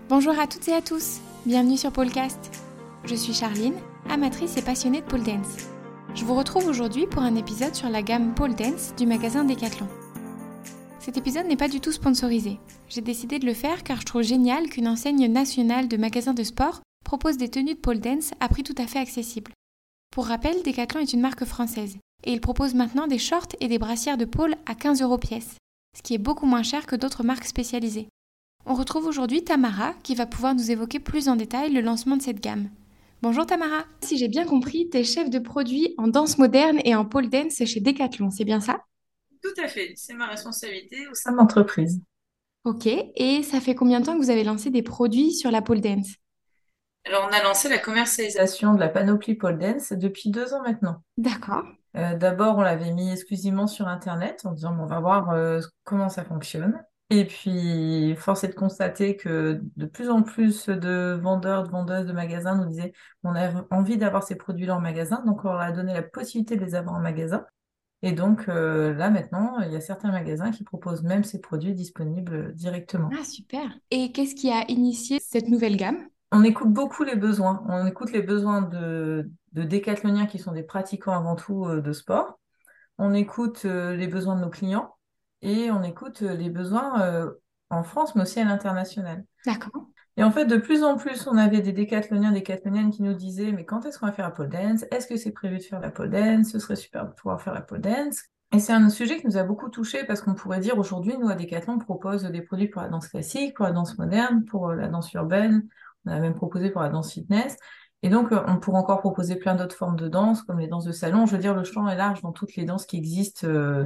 Bonjour à toutes et à tous, bienvenue sur Polecast. Je suis Charline, amatrice et passionnée de pole dance. Je vous retrouve aujourd'hui pour un épisode sur la gamme pole dance du magasin Decathlon. Cet épisode n'est pas du tout sponsorisé. J'ai décidé de le faire car je trouve génial qu'une enseigne nationale de magasins de sport propose des tenues de pole dance à prix tout à fait accessible. Pour rappel, Decathlon est une marque française et il propose maintenant des shorts et des brassières de pole à 15 € pièce, ce qui est beaucoup moins cher que d'autres marques spécialisées. On retrouve aujourd'hui Tamara qui va pouvoir nous évoquer plus en détail le lancement de cette gamme. Bonjour Tamara. Si j'ai bien compris, tu es chef de produit en danse moderne et en pole dance chez Decathlon, c'est bien ça? Tout à fait, c'est ma responsabilité au sein de l'entreprise. Ok, et ça fait combien de temps que vous avez lancé des produits sur la pole dance? Alors, on a lancé la commercialisation de la panoplie pole dance depuis 2 ans maintenant. D'accord. D'abord, on l'avait mis exclusivement sur Internet en disant, bon, on va voir comment ça fonctionne. Et puis, force est de constater que de plus en plus de vendeurs, de vendeuses de magasins nous disaient, on a envie d'avoir ces produits-là en magasin, donc on leur a donné la possibilité de les avoir en magasin. Et donc là maintenant, il y a certains magasins qui proposent même ces produits disponibles directement. Ah super. Et qu'est-ce qui a initié cette nouvelle gamme? On écoute beaucoup les besoins. On écoute les besoins de décathloniens qui sont des pratiquants avant tout de sport. On écoute les besoins de nos clients et on écoute les besoins en France, mais aussi à l'international. D'accord. Et en fait, de plus en plus, on avait des décathloniens, décathloniennes qui nous disaient, mais quand est-ce qu'on va faire la pole dance? Est-ce que c'est prévu de faire la pole dance? Ce serait super de pouvoir faire la pole dance. Et c'est un sujet qui nous a beaucoup touchés parce qu'on pourrait dire aujourd'hui, nous, à Decathlon, on propose des produits pour la danse classique, pour la danse moderne, pour la danse urbaine. On a même proposé pour la danse fitness. Et donc, on pourrait encore proposer plein d'autres formes de danse, comme les danses de salon. Je veux dire, le champ est large dans toutes les danses qui existent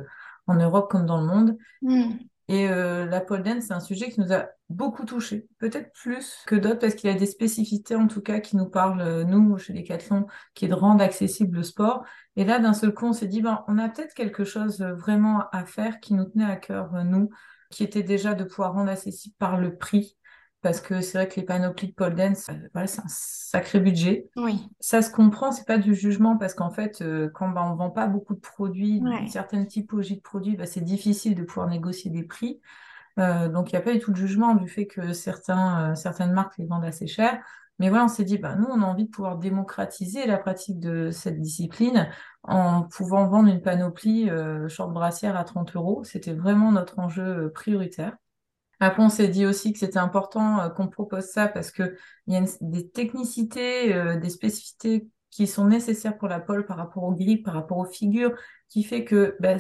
en Europe comme dans le monde. Hmm. Et la pole dance, c'est un sujet qui nous a beaucoup touchés, peut-être plus que d'autres, parce qu'il y a des spécificités en tout cas qui nous parlent, nous, chez Decathlon, qui est de rendre accessible le sport. Et là, d'un seul coup, on s'est dit, ben, on a peut-être quelque chose vraiment à faire qui nous tenait à cœur, nous, qui était déjà de pouvoir rendre accessible par le prix, parce que c'est vrai que les panoplies de pole dance, voilà, c'est un sacré budget. Oui. Ça se comprend, c'est pas du jugement parce qu'en fait, quand bah, on vend pas beaucoup de produits, une Ouais. certaine typologie de produits, bah, c'est difficile de pouvoir négocier des prix. Donc il n'y a pas du tout de jugement du fait que certaines marques les vendent assez cher. Mais voilà, on s'est dit, bah, nous, on a envie de pouvoir démocratiser la pratique de cette discipline en pouvant vendre une panoplie short brassière à 30 euros. C'était vraiment notre enjeu prioritaire. Après, on s'est dit aussi que c'était important qu'on propose ça parce que il y a des technicités, des spécificités qui sont nécessaires pour la pole par rapport aux grips, par rapport aux figures, qui fait que bah,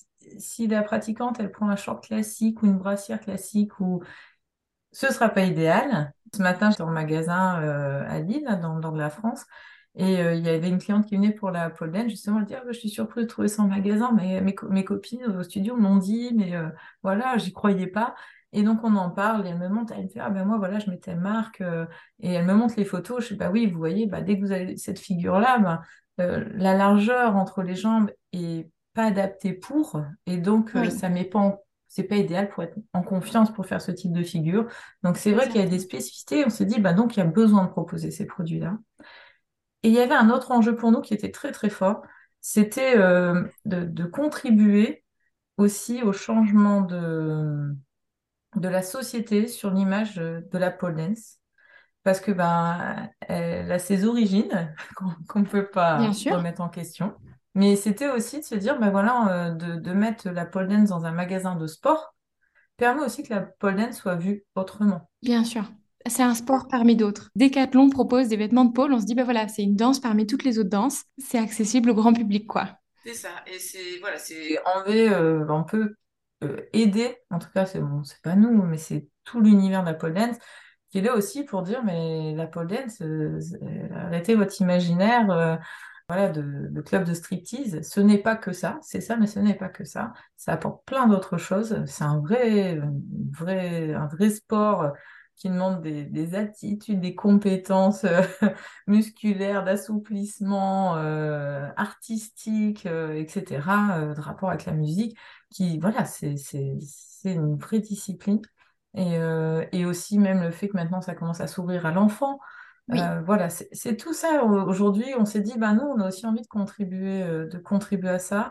si la pratiquante elle prend un short classique ou une brassière classique ou ce sera pas idéal. Ce matin, j'étais en magasin à Lille, là, dans le nord de la France, et il y avait une cliente qui venait pour la pole dance, justement, elle dit, ah, bah, je suis surprise de trouver ça en magasin, mais mes copines au studio m'ont dit, mais voilà, j'y croyais pas. Et donc, on en parle, et elle me montre, elle me fait, ah ben moi, voilà, je mets telle marque, et elle me montre les photos, je sais, bah oui, vous voyez, bah, dès que vous avez cette figure-là, bah, la largeur entre les jambes est pas adaptée pour, et donc, Oui. ça met pas c'est pas idéal pour être en confiance pour faire ce type de figure. Donc c'est C'est vrai qu'il y a des certain. spécificités. On s'est dit, bah donc il y a besoin de proposer ces produits-là. Et il y avait un autre enjeu pour nous qui était très très fort, c'était de contribuer aussi au changement de la société sur l'image de la pole dance. Parce que ben, elle a ses origines qu'on ne peut Bien pas sûr. remettre en question. Mais c'était aussi de se dire, ben voilà, de mettre la pole dance dans un magasin de sport permet aussi que la pole dance soit vue autrement. Bien sûr. C'est un sport parmi d'autres. Decathlon propose des vêtements de pôle. On se dit, bah voilà, c'est une danse parmi toutes les autres danses. C'est accessible au grand public, quoi. C'est ça, et c'est voilà, c'est on peut aider, en tout cas c'est bon, c'est pas nous, mais c'est tout l'univers de la pole dance qui est là aussi pour dire mais la pole dance, arrêtez votre imaginaire, voilà, de club de striptease, ce n'est pas que ça, c'est ça, mais ce n'est pas que ça apporte plein d'autres choses, c'est un vrai sport qui demande des attitudes, des compétences musculaires, d'assouplissement, artistique, etc., de rapport avec la musique, qui, voilà, c'est une vraie discipline. Et aussi même le fait que maintenant ça commence à s'ouvrir à l'enfant. Oui. Voilà, c'est tout ça. Aujourd'hui, on s'est dit, bah, nous, on a aussi envie de contribuer à ça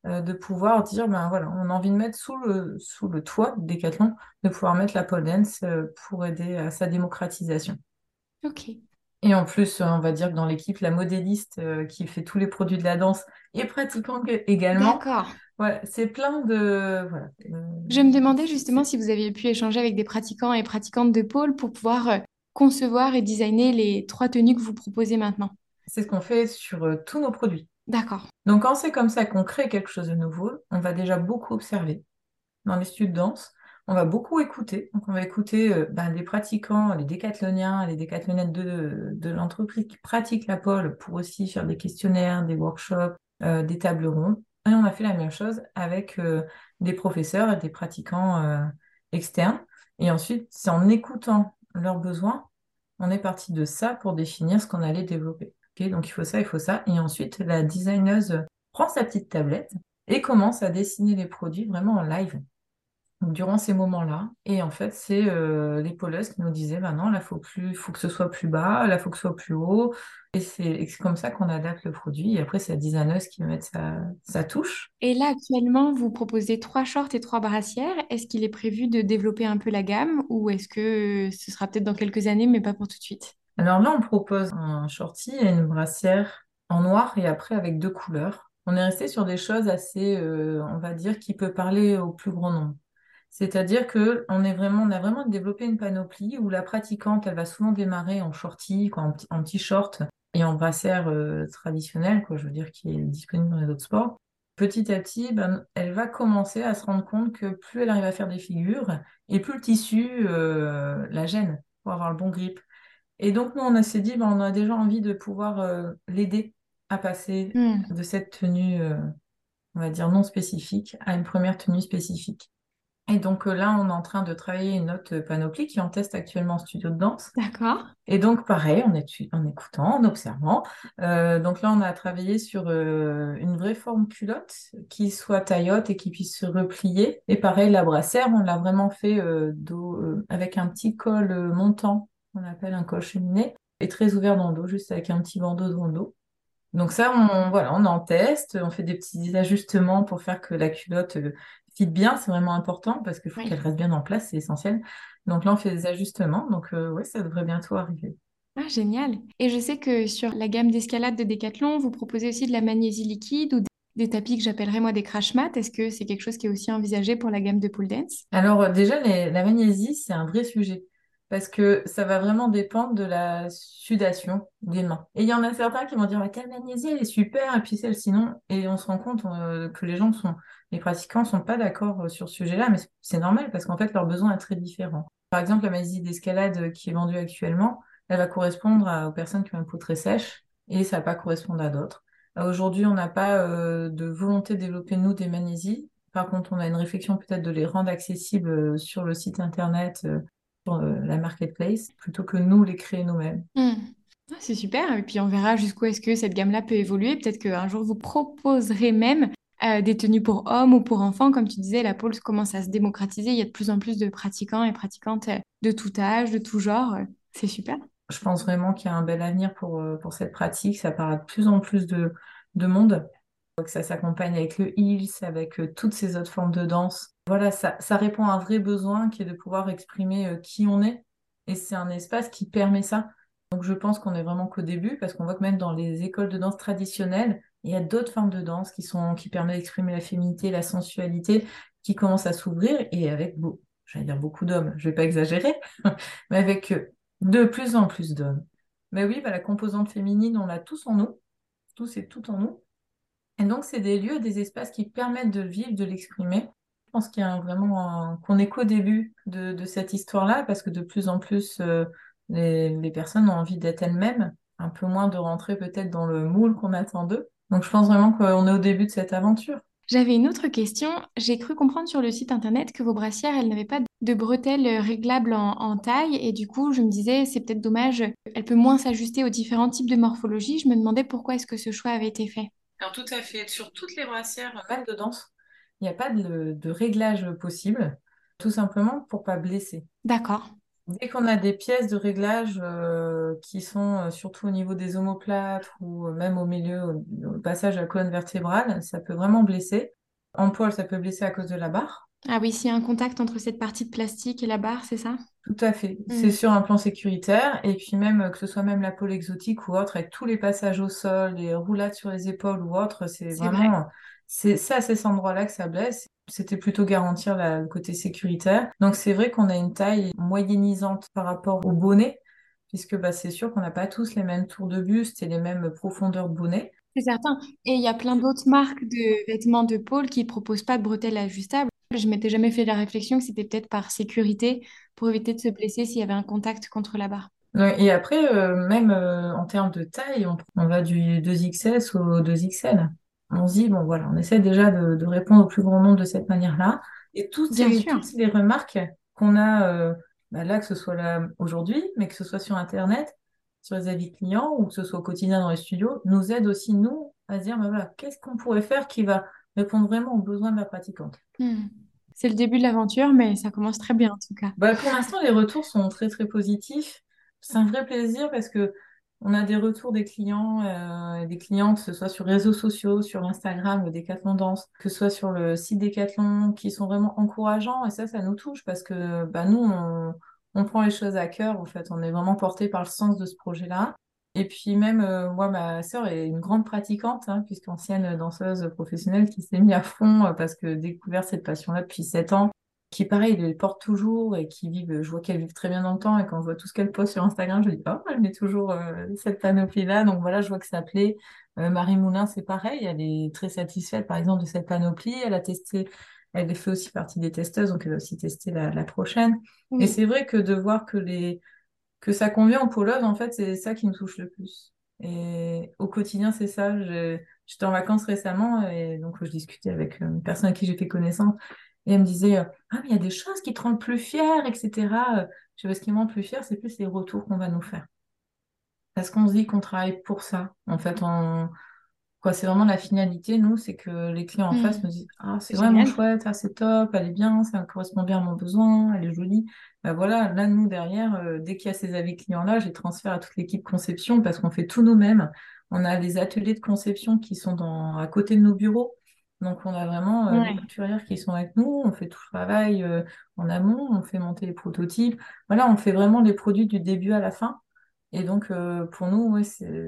de pouvoir dire, ben voilà, on a envie de mettre sous le toit de Decathlon, de pouvoir mettre la pole dance pour aider à sa démocratisation. Ok. Et en plus, on va dire que dans l'équipe, la modéliste qui fait tous les produits de la danse est pratiquante également. D'accord. Voilà, c'est plein de... Voilà. Je me demandais justement C'est si vous aviez pu échanger avec des pratiquants et pratiquantes de pôle pour pouvoir concevoir et designer les 3 tenues que vous proposez maintenant. c'est ce qu'on fait sur tous nos produits. D'accord. Donc, quand c'est comme ça qu'on crée quelque chose de nouveau, on va déjà beaucoup observer dans les studios de danse. On va beaucoup écouter. Donc, on va écouter les pratiquants, les décathloniens, les décathloniennes de l'entreprise qui pratiquent la pole pour aussi faire des questionnaires, des workshops, des tables rondes. Et on a fait la même chose avec des professeurs et des pratiquants externes. Et ensuite, c'est en écoutant leurs besoins, on est parti de ça pour définir ce qu'on allait développer. Ok, donc, il faut ça, il faut ça. Et ensuite, la designeuse prend sa petite tablette et commence à dessiner les produits vraiment en live durant ces moments-là. Et en fait, c'est les pôleuses qui nous disaient, bah non, là, faut que ce soit plus bas, là, faut que ce soit plus haut. Et c'est comme ça qu'on adapte le produit. Et après, c'est la designeuse qui va mettre sa touche. Et là, actuellement, vous proposez 3 shorts et 3 brassières. Est-ce qu'il est prévu de développer un peu la gamme ou est-ce que ce sera peut-être dans quelques années, mais pas pour tout de suite? Alors là, on propose un shorty et une brassière en noir et après avec 2 couleurs. On est resté sur des choses assez, on va dire, qui peut parler au plus grand nombre. C'est-à-dire que on a vraiment développé une panoplie où la pratiquante, elle va souvent démarrer en shorty, quoi, en petit short et en brassière traditionnelle, quoi, je veux dire, qui est disponible dans les autres sports. Petit à petit, ben, elle va commencer à se rendre compte que plus elle arrive à faire des figures et plus le tissu la gêne pour avoir le bon grip. Et donc, nous, on s'est dit, ben, on a déjà envie de pouvoir l'aider à passer Hmm. de cette tenue, on va dire, non spécifique à une première tenue spécifique. Et donc là, on est en train de travailler une autre panoplie qui est en test actuellement en studio de danse. D'accord. Et donc, pareil, en écoutant, en observant. Donc là, on a travaillé sur une vraie forme culotte qui soit taille haute et qui puisse se replier. Et pareil, la brassière, on l'a vraiment fait avec un petit col montant, on appelle un col cheminé, et très ouvert dans le dos, juste avec un petit bandeau dans le dos. Donc ça, voilà, on en teste, on fait des petits ajustements pour faire que la culotte fit bien, c'est vraiment important parce qu'il faut qu'elle Oui. reste bien en place, c'est essentiel. Donc là, on fait des ajustements, donc ouais, ça devrait bientôt arriver. Ah, génial. Et je sais que sur la gamme d'escalade de Decathlon, vous proposez aussi de la magnésie liquide ou des tapis que j'appellerais moi des crash mats. Est-ce que c'est quelque chose qui est aussi envisagé pour la gamme de pole dance? Alors déjà, la magnésie, c'est un vrai sujet parce que ça va vraiment dépendre de la sudation des mains. Et il y en a certains qui vont dire, ah, ta magnésie, elle est super, et puis celle sinon, et on se rend compte que les pratiquants sont pas d'accord sur ce sujet-là, mais c'est normal parce qu'en fait, leur besoin est très différent. Par exemple, la magnésie d'escalade qui est vendue actuellement, elle va correspondre aux personnes qui ont une peau très sèche et ça va pas correspondre à d'autres. Aujourd'hui, on n'a pas de volonté de développer, nous, des magnésies. Par contre, on a une réflexion peut-être de les rendre accessibles sur le site internet, sur la marketplace, plutôt que nous les créer nous-mêmes. Hmm. Ah, c'est super. Et puis on verra jusqu'où est-ce que cette gamme-là peut évoluer. Peut-être qu'un jour vous proposerez même des tenues pour hommes ou pour enfants. Comme tu disais, la pole commence à se démocratiser. Il y a de plus en plus de pratiquants et pratiquantes de tout âge, de tout genre. C'est super. Je pense vraiment qu'il y a un bel avenir pour cette pratique. Ça paraît de plus en plus de monde. Que ça s'accompagne avec le heels, avec toutes ces autres formes de danse. Voilà, ça répond à un vrai besoin qui est de pouvoir exprimer qui on est. Et c'est un espace qui permet ça. Donc je pense qu'on est vraiment qu'au début, parce qu'on voit que même dans les écoles de danse traditionnelles, il y a d'autres formes de danse qui permettent d'exprimer la féminité, la sensualité, qui commencent à s'ouvrir, et avec, j'allais dire beaucoup d'hommes, je vais pas exagérer, mais avec de plus en plus d'hommes. Mais oui, bah, la composante féminine, on l'a tous en nous, tous et tout en nous. Et donc, c'est des lieux, des espaces qui permettent de le vivre, de l'exprimer. Je pense qu'il y a qu'on est qu'au début de cette histoire-là, parce que de plus en plus, les personnes ont envie d'être elles-mêmes, un peu moins de rentrer peut-être dans le moule qu'on attend d'eux. Donc, je pense vraiment qu'on est au début de cette aventure. J'avais une autre question. J'ai cru comprendre sur le site internet que vos brassières, elles n'avaient pas de bretelles réglables en taille. Et du coup, je me disais, c'est peut-être dommage, elle peut moins s'ajuster aux différents types de morphologie. Je me demandais pourquoi est-ce que ce choix avait été fait. Alors, tout à fait. Sur toutes les brassières, même de danse, il n'y a pas de réglage possible, tout simplement pour pas blesser. D'accord. Dès qu'on a des pièces de réglage qui sont surtout au niveau des omoplates ou même au milieu, au passage de la colonne vertébrale, ça peut vraiment blesser. En poil, ça peut blesser à cause de la barre. Ah oui, s'il y a un contact entre cette partie de plastique et la barre, c'est ça? Tout à fait. C'est Hmm. sur un plan sécuritaire. Et puis même que ce soit même la pôle exotique ou autre, avec tous les passages au sol, les roulades sur les épaules ou autre, c'est C'est vrai. vraiment, c'est à ces endroits-là que ça blesse. C'était plutôt garantir le côté sécuritaire. Donc c'est vrai qu'on a une taille moyennisante par rapport au bonnet, puisque bah, c'est sûr qu'on n'a pas tous les mêmes tours de buste et les mêmes profondeurs de bonnet. C'est certain. Et il y a plein d'autres marques de vêtements de pôle qui proposent pas de bretelles ajustables. Je m'étais jamais fait la réflexion que c'était peut-être par sécurité pour éviter de se blesser s'il y avait un contact contre la barre. Ouais, et après, même en termes de taille, on va du 2XS au 2XL. On se dit, bon voilà, on essaie déjà de répondre au plus grand nombre de cette manière-là. Et Bien sûr. toutes les remarques qu'on a bah là, que ce soit là aujourd'hui, mais que ce soit sur Internet, sur les avis clients ou que ce soit au quotidien dans les studios, nous aident aussi, nous, à se dire, bah voilà, qu'est-ce qu'on pourrait faire qui va répondre vraiment aux besoins de la pratiquante. Hmm. C'est le début de l'aventure, mais ça commence très bien en tout cas. Bah, pour l'instant, les retours sont très très positifs. C'est un vrai plaisir parce que on a des retours des clients et des clientes, que ce soit sur les réseaux sociaux, sur Instagram, le Décathlon Danse, que ce soit sur le site Décathlon, qui sont vraiment encourageants et ça nous touche parce que bah, nous, on prend les choses à cœur. En fait, on est vraiment porté par le sens de ce projet-là. Et puis même, moi, ma sœur est une grande pratiquante, hein, puisqu'ancienne danseuse professionnelle qui s'est mise à fond parce que découvert cette passion-là depuis 7 ans qui pareil, les porte toujours et qui vivent, je vois qu'elles vivent très bien dans le temps et quand je vois tout ce qu'elles postent sur Instagram, je me dis, oh, elle met toujours cette panoplie-là. Donc voilà, je vois que ça plaît. Marie Moulin, c'est pareil, elle est très satisfaite par exemple de cette panoplie. Elle a testé, elle fait aussi partie des testeuses, donc elle va aussi tester la prochaine. Et Oui. c'est vrai que de voir que ça convient aux pôleuses, en fait, c'est ça qui me touche le plus. Et au quotidien, c'est ça. J'étais en vacances récemment et donc je discutais avec une personne à qui j'ai fait connaissance et elle me disait ah, mais il y a des choses qui te rendent plus fière, etc. Je sais pas, ce qui me rend plus fière, c'est plus les retours qu'on va nous faire. Parce qu'on se dit qu'on travaille pour ça. En fait, quoi, c'est vraiment la finalité, nous, c'est que les clients en face Hmm. nous disent ah, C'est c'est vraiment génial. chouette, ah, c'est top, elle est bien, ça correspond bien à mon besoin, elle est jolie. Ben voilà, là, nous, derrière, dès qu'il y a ces avis clients-là, je les transfère à toute l'équipe conception parce qu'on fait tout nous-mêmes. On a les ateliers de conception qui sont à côté de nos bureaux. Donc, on a vraiment les Ouais. couturières qui sont avec nous, on fait tout le travail en amont, on fait monter les prototypes. Voilà, on fait vraiment les produits du début à la fin. Et donc, pour nous, ouais,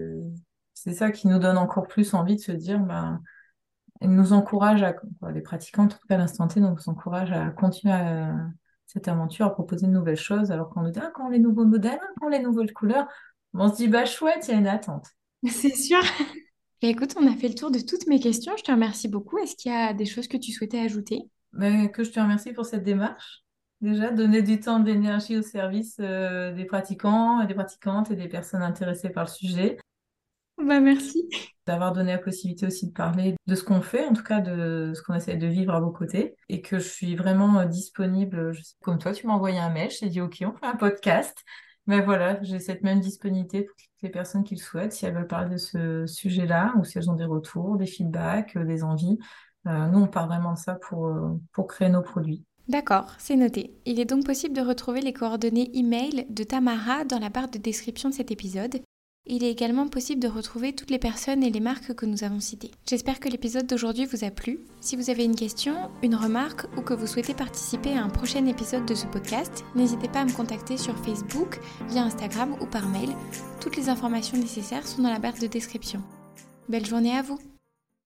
c'est ça qui nous donne encore plus envie de se dire, ben, elle nous encourage quoi, les pratiquants, en tout cas à l'instant T, nous encourage à continuer cette aventure, à proposer de nouvelles choses, alors qu'on nous dit, ah, quand les nouveaux modèles, ah, quand les nouvelles couleurs, on se dit, bah chouette, il y a une attente. C'est sûr. Et écoute, on a fait le tour de toutes mes questions. Je te remercie beaucoup. Est-ce qu'il y a des choses que tu souhaitais ajouter? Mais que je te remercie pour cette démarche. Déjà, donner du temps, de l'énergie au service des pratiquants et des pratiquantes et des personnes intéressées par le sujet. Bah merci. D'avoir donné la possibilité aussi de parler de ce qu'on fait, en tout cas de ce qu'on essaie de vivre à vos côtés, et que je suis vraiment disponible. Je sais, comme toi, tu m'as envoyé un mail, je t'ai dit OK, on fait un podcast. Mais voilà, j'ai cette même disponibilité pour toutes les personnes qui le souhaitent, si elles veulent parler de ce sujet-là, ou si elles ont des retours, des feedbacks, des envies. Nous, on part vraiment de ça pour créer nos produits. D'accord, c'est noté. Il est donc possible de retrouver les coordonnées e-mail de Tamara dans la barre de description de cet épisode. Il est également possible de retrouver toutes les personnes et les marques que nous avons citées. J'espère que l'épisode d'aujourd'hui vous a plu. Si vous avez une question, une remarque ou que vous souhaitez participer à un prochain épisode de ce podcast, n'hésitez pas à me contacter sur Facebook, via Instagram ou par mail. Toutes les informations nécessaires sont dans la barre de description. Belle journée à vous!